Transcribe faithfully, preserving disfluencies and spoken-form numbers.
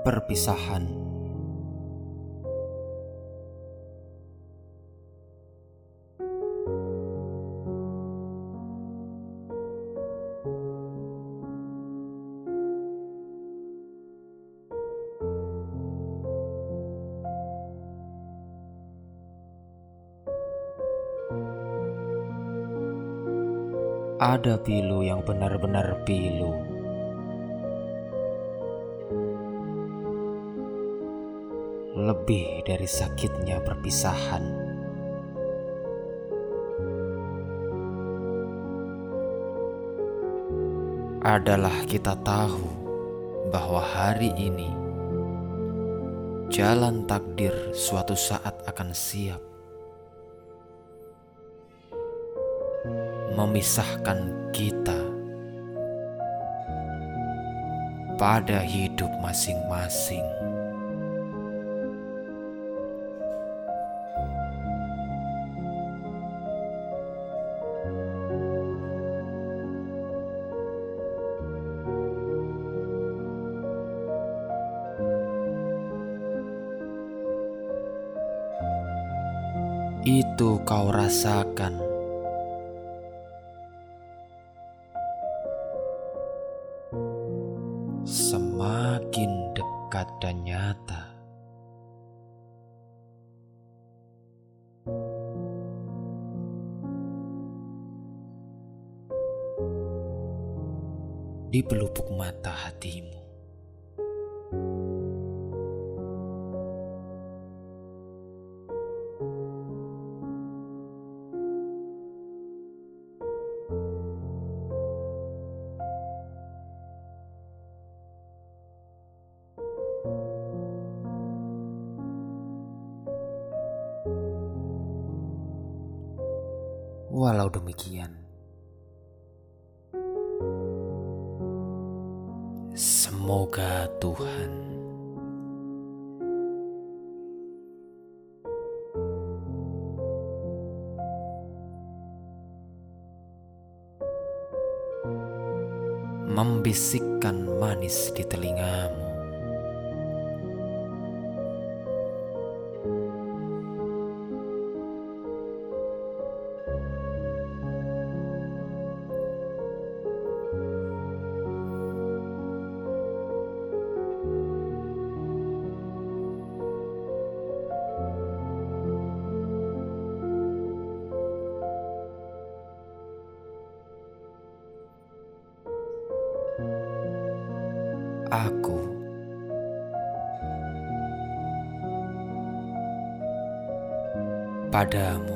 perpisahan. Ada pilu yang benar-benar pilu. Lebih dari sakitnya perpisahan. Adalah kita tahu bahwa hari ini jalan takdir suatu saat akan siap memisahkan kita pada hidup masing-masing. Itu kau rasakan. Semakin dekat dan nyata. Di pelupuk mata hatimu. Walau demikian, semoga Tuhan membisikkan manis di telingamu. Aku padamu.